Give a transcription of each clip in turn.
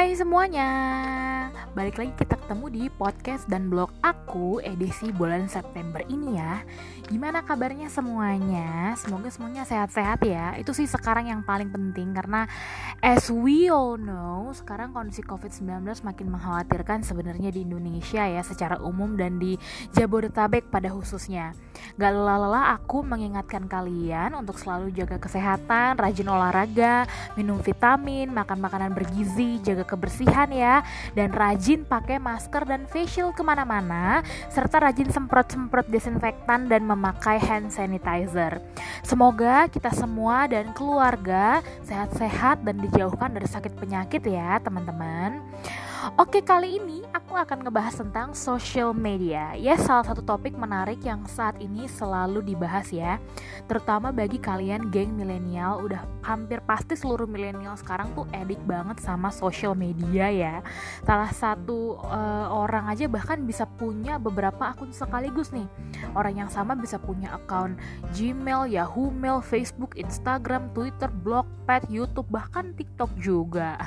Hai semuanya, balik lagi kita ketemu di podcast dan blog aku edisi bulan September ini ya. Gimana kabarnya semuanya? Semoga semuanya sehat-sehat ya. Itu sih sekarang yang paling penting karena as we all know, sekarang kondisi COVID-19 makin mengkhawatirkan sebenarnya di Indonesia ya secara umum dan di Jabodetabek pada khususnya. Gak lelah-lelah aku mengingatkan kalian untuk selalu jaga kesehatan, rajin olahraga, minum vitamin, makan makanan bergizi, jaga kebersihan ya, dan rajin pakai masker dan facial kemana-mana, serta rajin semprot-semprot desinfektan dan memakai hand sanitizer. Semoga kita semua dan keluarga sehat-sehat dan dijauhkan dari sakit penyakit ya teman-teman. Oke, kali ini aku akan ngebahas tentang social media. Ya, salah satu topik menarik yang saat ini selalu dibahas ya, terutama bagi kalian geng milenial. Udah hampir pasti seluruh milenial sekarang tuh edik banget sama social media ya. Salah satu orang aja bahkan bisa punya beberapa akun sekaligus nih. Orang yang sama bisa punya akun Gmail, Yahoo Mail, Facebook, Instagram, Twitter, blog, pet, YouTube, bahkan TikTok juga.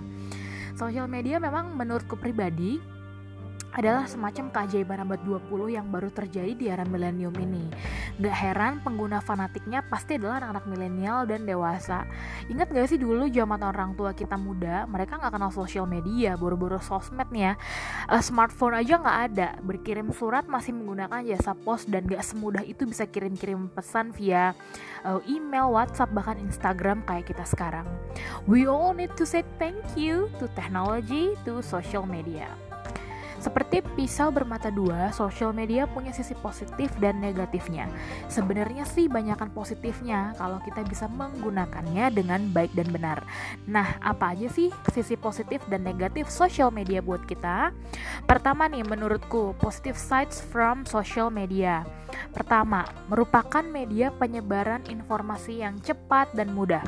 Sosial media memang menurutku pribadi adalah semacam keajaiban abad 20 yang baru terjadi di era milenium ini. Gak heran pengguna fanatiknya pasti adalah anak-anak milenial dan dewasa. Ingat gak sih dulu zaman orang tua kita muda, mereka gak kenal sosial media, boro-boro sosmed nih ya. Smartphone aja gak ada, berkirim surat masih menggunakan jasa pos dan gak semudah itu bisa kirim-kirim pesan via email, WhatsApp, bahkan Instagram kayak kita sekarang. We all need to say thank you to technology, to social media. Seperti pisau bermata dua, social media punya sisi positif dan negatifnya. Sebenarnya sih banyakan positifnya kalau kita bisa menggunakannya dengan baik dan benar. Nah, apa aja sih sisi positif dan negatif social media buat kita? Pertama nih, menurutku, positive sides from social media. Pertama, merupakan media penyebaran informasi yang cepat dan mudah.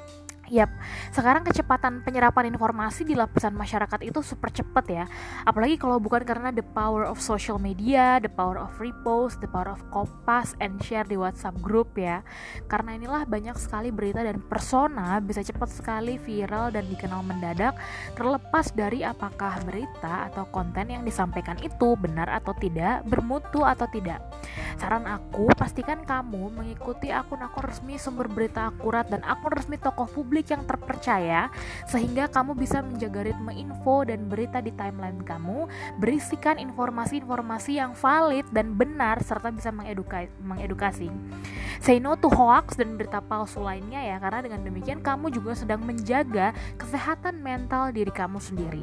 Yap, sekarang kecepatan penyerapan informasi di lapisan masyarakat itu super cepat ya. Apalagi kalau bukan karena the power of social media, the power of repost, the power of copy and share di WhatsApp group ya. Karena inilah banyak sekali berita dan persona bisa cepat sekali viral dan dikenal mendadak, terlepas dari apakah berita atau konten yang disampaikan itu benar atau tidak, bermutu atau tidak. Saran aku, pastikan kamu mengikuti akun-akun resmi sumber berita akurat dan akun resmi tokoh publik yang terpercaya, sehingga kamu bisa menjaga ritme info dan berita di timeline kamu berisikan informasi-informasi yang valid dan benar serta bisa mengedukasi. Say no to hoax dan berita palsu lainnya ya, karena dengan demikian kamu juga sedang menjaga kesehatan mental diri kamu sendiri.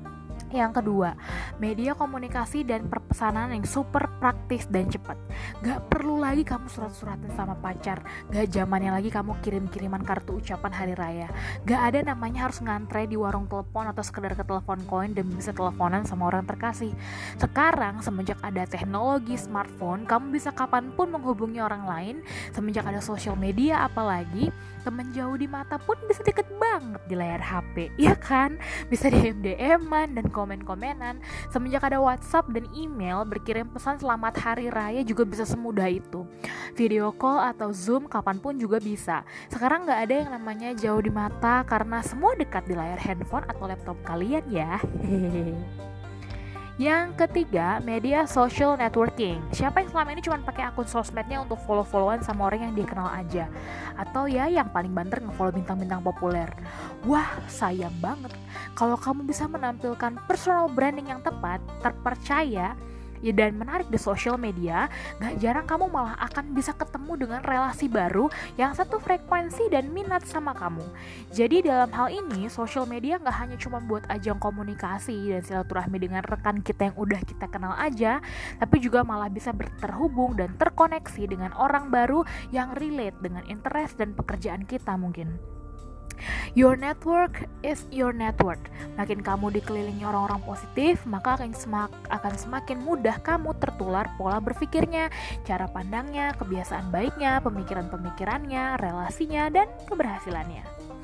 Yang kedua, media komunikasi dan perpesanan yang super praktis dan cepat. Gak perlu lagi kamu surat-suratin sama pacar, gak zamannya lagi kamu kirim-kiriman kartu ucapan hari raya. Gak ada namanya harus ngantre di warung telepon atau sekedar ke telepon koin dan bisa teleponan sama orang terkasih. Sekarang semenjak ada teknologi smartphone, kamu bisa kapanpun menghubungi orang lain. Semenjak ada sosial media apalagi, teman jauh di mata pun bisa deket banget di layar HP, ya kan? Bisa DM-an dan komen-komenan. Semenjak ada WhatsApp dan email, berkirim pesan selamat hari raya juga bisa semudah itu. Video call atau Zoom kapanpun juga bisa. Sekarang gak ada yang namanya jauh di mata karena semua dekat di layar handphone atau laptop kalian ya. Yang ketiga, media social networking. Siapa yang selama ini cuma pakai akun sosmednya untuk follow-followan sama orang yang dia kenal aja? Atau ya yang paling banter nge-follow bintang-bintang populer. Wah, sayang banget. Kalau kamu bisa menampilkan personal branding yang tepat, terpercaya, ya dan menarik di social media, gak jarang kamu malah akan bisa ketemu dengan relasi baru yang satu frekuensi dan minat sama kamu. Jadi dalam hal ini, social media gak hanya cuma buat ajang komunikasi dan silaturahmi dengan rekan kita yang udah kita kenal aja, tapi juga malah bisa terhubung dan terkoneksi dengan orang baru yang relate dengan interest dan pekerjaan kita mungkin. Your network is your net worth. Makin kamu dikelilingi orang-orang positif, maka akan semakin mudah kamu tertular pola berpikirnya, cara pandangnya, kebiasaan baiknya, pemikiran-pemikirannya, relasinya, dan keberhasilannya.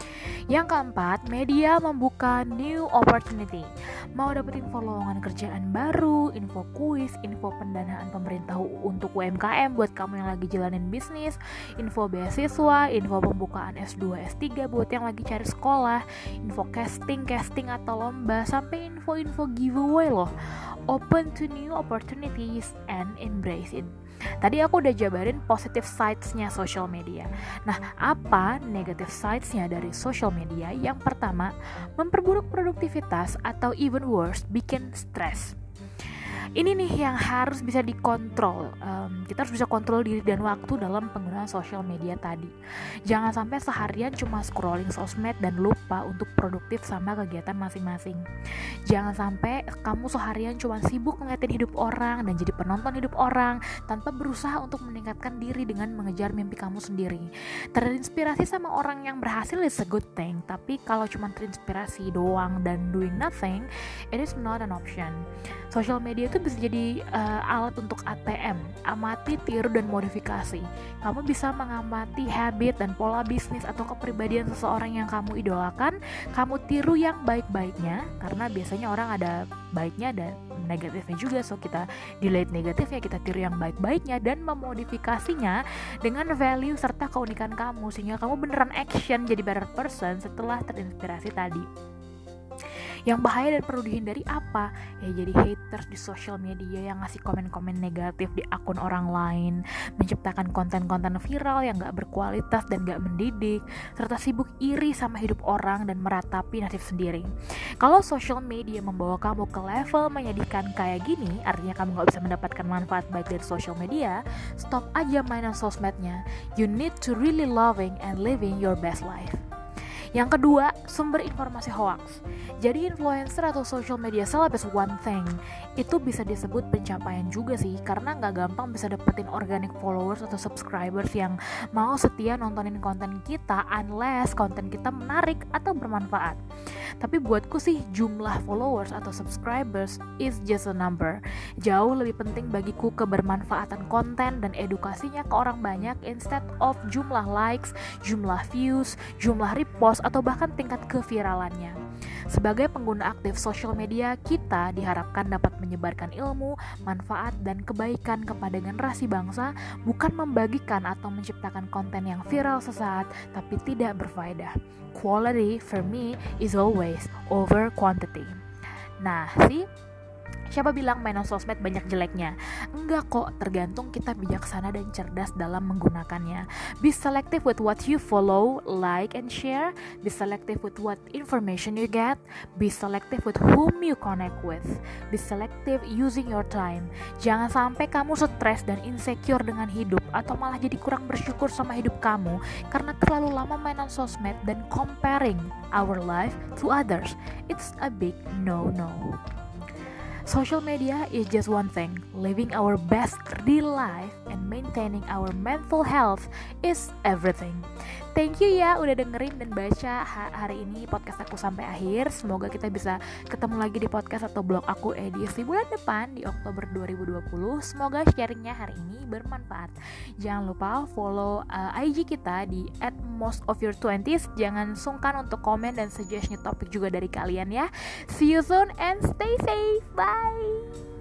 Yang keempat, media membuka new opportunity. Mau dapetin info lowongan kerjaan baru, info kuis, info pendanaan pemerintah untuk UMKM buat kamu yang lagi jalanin bisnis, info beasiswa, info pembukaan S2, S3 buat yang lagi cari sekolah, info casting atau lomba, sampai info-info giveaway loh. Open to new opportunities and embrace it. Tadi aku udah jabarin positive sides-nya social media. Nah, apa negative sides-nya dari social media? Yang pertama, memperburuk produktivitas atau even worse, bikin stres. Ini nih yang harus bisa dikontrol. Kita harus bisa kontrol diri dan waktu dalam penggunaan social media tadi. Jangan sampai seharian cuma scrolling sosmed dan lupa untuk produktif sama kegiatan masing-masing. Jangan sampai kamu seharian cuma sibuk ngeliatin hidup orang dan jadi penonton hidup orang tanpa berusaha untuk meningkatkan diri dengan mengejar mimpi kamu sendiri. Terinspirasi sama orang yang berhasil is a good thing, tapi kalau cuma terinspirasi doang dan doing nothing, it is not an option. Social media itu bisa jadi alat untuk ATM, amati, tiru, dan modifikasi. Kamu bisa mengamati habit dan pola bisnis atau kepribadian seseorang yang kamu idolakan. Kamu tiru yang baik-baiknya, karena biasanya orang ada baiknya dan negatifnya juga. So kita delete negatifnya, kita tiru yang baik-baiknya dan memodifikasinya dengan value serta keunikan kamu, sehingga kamu beneran action jadi better person setelah terinspirasi tadi. Yang bahaya dan perlu dihindari apa? Ya jadi haters di social media yang ngasih komen-komen negatif di akun orang lain, menciptakan konten-konten viral yang gak berkualitas dan gak mendidik, serta sibuk iri sama hidup orang dan meratapi nasib sendiri. Kalau social media membawa kamu ke level menyedihkan kayak gini, artinya kamu gak bisa mendapatkan manfaat baik dari social media, stop aja mainan sosmednya. You need to really loving and living your best life. Yang kedua, sumber informasi hoax. Jadi influencer atau social media celeb is one thing. Itu bisa disebut pencapaian juga sih, karena gak gampang bisa dapetin organic followers atau subscribers yang mau setia nontonin konten kita unless konten kita menarik atau bermanfaat. Tapi buatku sih jumlah followers atau subscribers is just a number. Jauh lebih penting bagiku kebermanfaatan konten dan edukasinya ke orang banyak instead of jumlah likes, jumlah views, jumlah repost, atau bahkan tingkat keviralannya. Sebagai pengguna aktif social media, kita diharapkan dapat menyebarkan ilmu, manfaat, dan kebaikan kepada generasi bangsa, bukan membagikan atau menciptakan konten yang viral sesaat tapi tidak berfaedah. Quality for me is always over quantity. Nah, siapa bilang mainan sosmed banyak jeleknya? Enggak kok, tergantung kita bijaksana dan cerdas dalam menggunakannya. Be selective with what you follow, like, and share. Be selective with what information you get. Be selective with whom you connect with. Be selective using your time. Jangan sampai kamu stres dan insecure dengan hidup, atau malah jadi kurang bersyukur sama hidup kamu karena terlalu lama mainan sosmed dan comparing our life to others. It's a big no-no. Social media is just one thing. Living our best real life and maintaining our mental health is everything. Thank you ya udah dengerin dan baca hari ini podcast aku sampai akhir. Semoga kita bisa ketemu lagi di podcast atau blog aku edisi bulan depan di Oktober 2020. Semoga sharingnya hari ini bermanfaat. Jangan lupa follow IG kita di @mostofyour20s. Jangan sungkan untuk komen dan suggest new topik juga dari kalian ya. See you soon and stay safe. Bye.